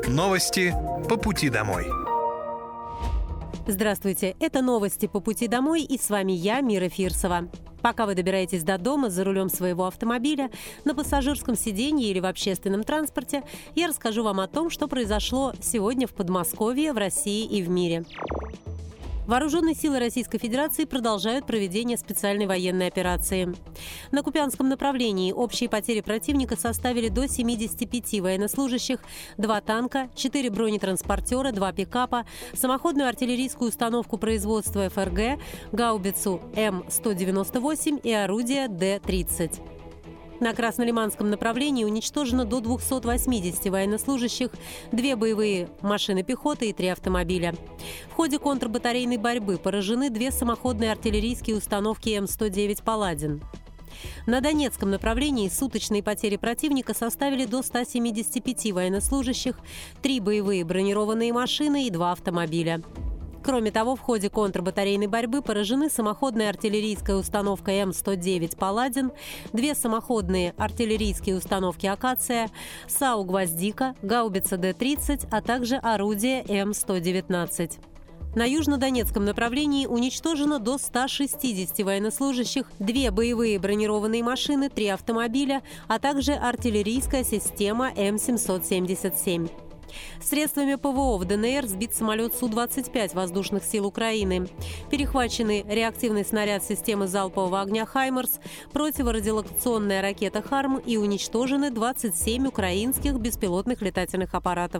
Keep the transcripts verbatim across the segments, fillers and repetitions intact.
Новости по пути домой. Здравствуйте, это новости по пути домой, и с вами я, Мира Фирсова. Пока вы добираетесь до дома за рулем своего автомобиля, на пассажирском сиденье или в общественном транспорте, я расскажу вам о том, что произошло сегодня в Подмосковье, в России и в мире. Вооруженные силы Российской Федерации продолжают проведение специальной военной операции. На Купянском направлении общие потери противника составили до семидесяти пяти военнослужащих, два танка, четыре бронетранспортера, два пикапа, самоходную артиллерийскую установку производства эф эр гэ, гаубицу эм сто девяносто восемь и орудие дэ тридцать. На Краснолиманском направлении уничтожено до двухсот восьмидесяти военнослужащих, две боевые машины пехоты и три автомобиля. В ходе контрбатарейной борьбы поражены две самоходные артиллерийские установки эм сто девять «Паладин». На Донецком направлении суточные потери противника составили до ста семидесяти пяти военнослужащих, три боевые бронированные машины и два автомобиля. Кроме того, в ходе контрбатарейной борьбы поражены самоходная артиллерийская установка эм сто девять «Паладин», две самоходные артиллерийские установки «Акация», САУ «Гвоздика», гаубица дэ тридцать, а также орудие эм сто девятнадцать. На южнодонецком направлении уничтожено до ста шестидесяти военнослужащих, две боевые бронированные машины, три автомобиля, а также артиллерийская система эм семьсот семьдесят семь. Средствами пэ вэ о в дэ эн эр сбит самолет су двадцать пять воздушных сил Украины. Перехвачены реактивный снаряд системы залпового огня «Хаймарс», противорадиолокационная ракета «Харм» и уничтожены двадцать семь украинских беспилотных летательных аппаратов.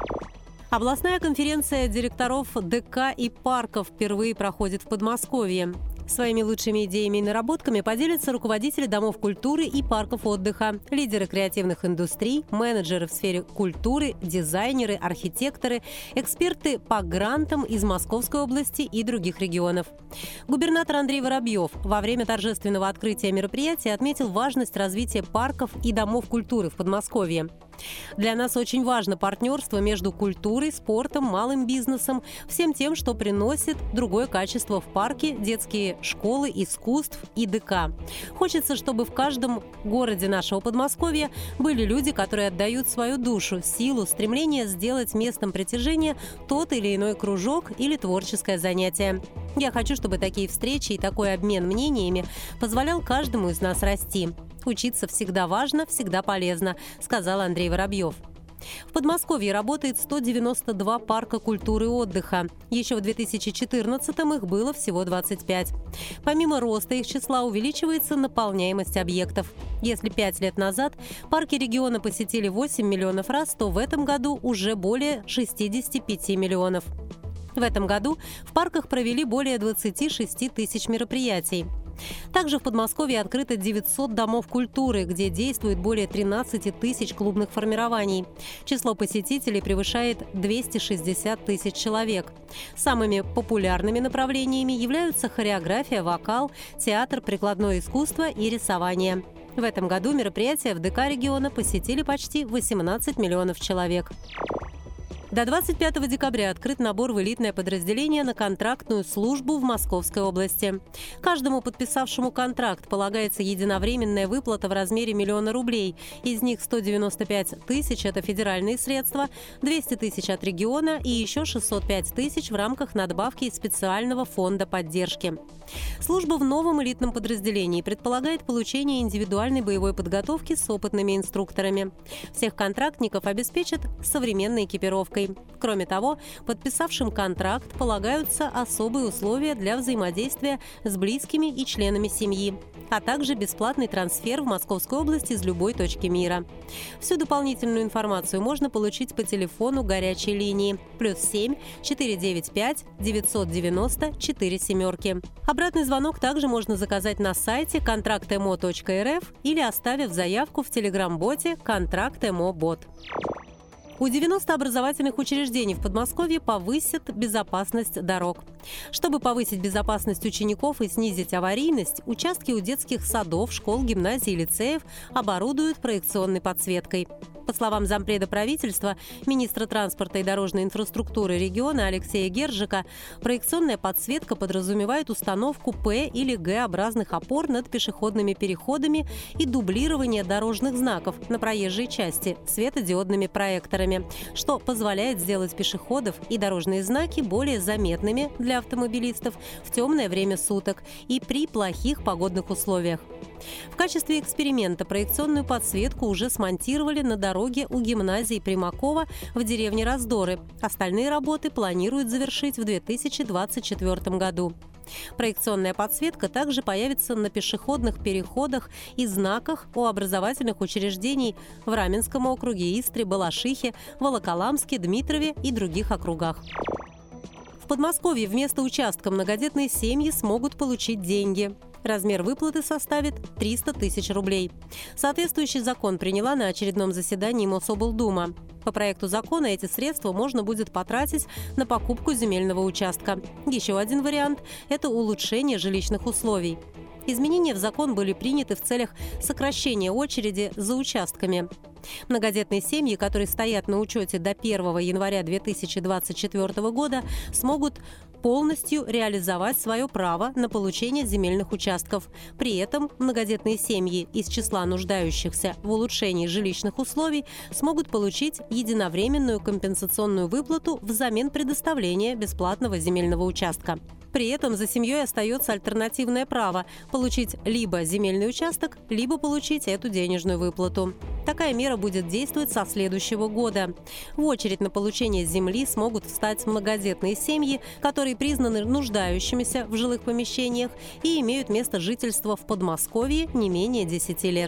Областная конференция директоров дэ ка и парков впервые проходит в Подмосковье. Своими лучшими идеями и наработками поделятся руководители домов культуры и парков отдыха, лидеры креативных индустрий, менеджеры в сфере культуры, дизайнеры, архитекторы, эксперты по грантам из Московской области и других регионов. Губернатор Андрей Воробьев во время торжественного открытия мероприятия отметил важность развития парков и домов культуры в Подмосковье. Для нас очень важно партнерство между культурой, спортом, малым бизнесом, всем тем, что приносит другое качество в парке, детские школы, искусств и дэ ка. Хочется, чтобы в каждом городе нашего Подмосковья были люди, которые отдают свою душу, силу, стремление сделать местом притяжения тот или иной кружок или творческое занятие. Я хочу, чтобы такие встречи и такой обмен мнениями позволял каждому из нас расти. «Учиться всегда важно, всегда полезно», — сказал Андрей Воробьев. В Подмосковье работает сто девяносто два парка культуры и отдыха. Еще в две тысячи четырнадцатом их было всего двадцать пять. Помимо роста их числа увеличивается наполняемость объектов. Если пять лет назад парки региона посетили восемь миллионов раз, то в этом году уже более шестидесяти пяти миллионов. В этом году в парках провели более двадцати шести тысяч мероприятий. Также в Подмосковье открыто девятьсот домов культуры, где действует более тринадцати тысяч клубных формирований. Число посетителей превышает двести шестьдесят тысяч человек. Самыми популярными направлениями являются хореография, вокал, театр, прикладное искусство и рисование. В этом году мероприятия в дэ ка региона посетили почти восемнадцать миллионов человек. До двадцать пятого декабря открыт набор в элитное подразделение на контрактную службу в Московской области. Каждому подписавшему контракт полагается единовременная выплата в размере миллиона рублей. Из них сто девяносто пять тысяч – это федеральные средства, двести тысяч от региона и еще шестьсот пять тысяч в рамках надбавки из специального фонда поддержки. Служба в новом элитном подразделении предполагает получение индивидуальной боевой подготовки с опытными инструкторами. Всех контрактников обеспечат современной экипировкой. Кроме того, подписавшим контракт полагаются особые условия для взаимодействия с близкими и членами семьи, а также бесплатный трансфер в Московскую область из любой точки мира. Всю дополнительную информацию можно получить по телефону горячей линии плюс семь четыреста девяносто пять девятьсот девяносто четыре семерки. Обратный звонок также можно заказать на сайте контракт эм о точка эр эф или оставив заявку в телеграм-боте «Контракт эм о бот». У девяноста образовательных учреждений в Подмосковье повысят безопасность дорог. Чтобы повысить безопасность учеников и снизить аварийность, участки у детских садов, школ, гимназий и лицеев оборудуют проекционной подсветкой. По словам зампреда правительства, министра транспорта и дорожной инфраструктуры региона Алексея Гержика, проекционная подсветка подразумевает установку П- или Г-образных опор над пешеходными переходами и дублирование дорожных знаков на проезжей части светодиодными проекторами, что позволяет сделать пешеходов и дорожные знаки более заметными для автомобилистов в темное время суток и при плохих погодных условиях. В качестве эксперимента проекционную подсветку уже смонтировали на дороге у гимназии Примакова в деревне Раздоры. Остальные работы планируют завершить в две тысячи двадцать четвёртом году. Проекционная подсветка также появится на пешеходных переходах и знаках у образовательных учреждений в Раменском округе, Истре, Балашихе, Волоколамске, Дмитрове и других округах. В Подмосковье вместо участка многодетные семьи смогут получить деньги. Размер выплаты составит триста тысяч рублей. Соответствующий закон приняла на очередном заседании Мособлдума. По проекту закона эти средства можно будет потратить на покупку земельного участка. Еще один вариант – это улучшение жилищных условий. Изменения в закон были приняты в целях сокращения очереди за участками. Многодетные семьи, которые стоят на учете до первого января две тысячи двадцать четвёртого года, смогут полностью реализовать свое право на получение земельных участков. При этом многодетные семьи из числа нуждающихся в улучшении жилищных условий смогут получить единовременную компенсационную выплату взамен предоставления бесплатного земельного участка. При этом за семьей остается альтернативное право – получить либо земельный участок, либо получить эту денежную выплату. Такая мера будет действовать со следующего года. В очередь на получение земли смогут встать многодетные семьи, которые признаны нуждающимися в жилых помещениях и имеют место жительства в Подмосковье не менее десяти лет.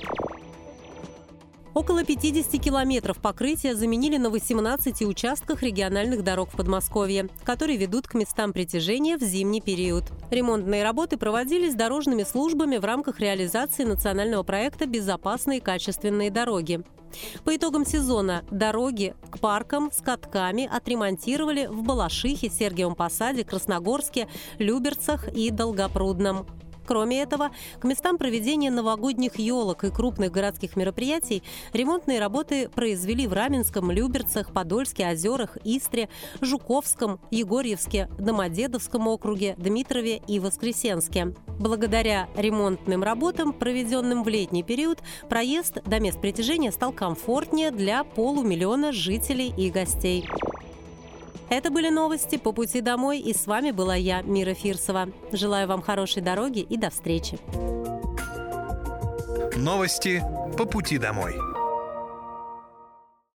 Около пятидесяти километров покрытия заменили на восемнадцати участках региональных дорог в Подмосковье, которые ведут к местам притяжения в зимний период. Ремонтные работы проводились дорожными службами в рамках реализации национального проекта «Безопасные и качественные дороги». По итогам сезона дороги к паркам с катками отремонтировали в Балашихе, Сергиевом Посаде, Красногорске, Люберцах и Долгопрудном. Кроме этого, к местам проведения новогодних елок и крупных городских мероприятий ремонтные работы произвели в Раменском, Люберцах, Подольске, Озерах, Истре, Жуковском, Егорьевске, Домодедовском округе, Дмитрове и Воскресенске. Благодаря ремонтным работам, проведенным в летний период, проезд до мест притяжения стал комфортнее для полумиллиона жителей и гостей. Это были новости по пути домой, и с вами была я, Мира Фирсова. Желаю вам хорошей дороги и до встречи. Новости по пути домой.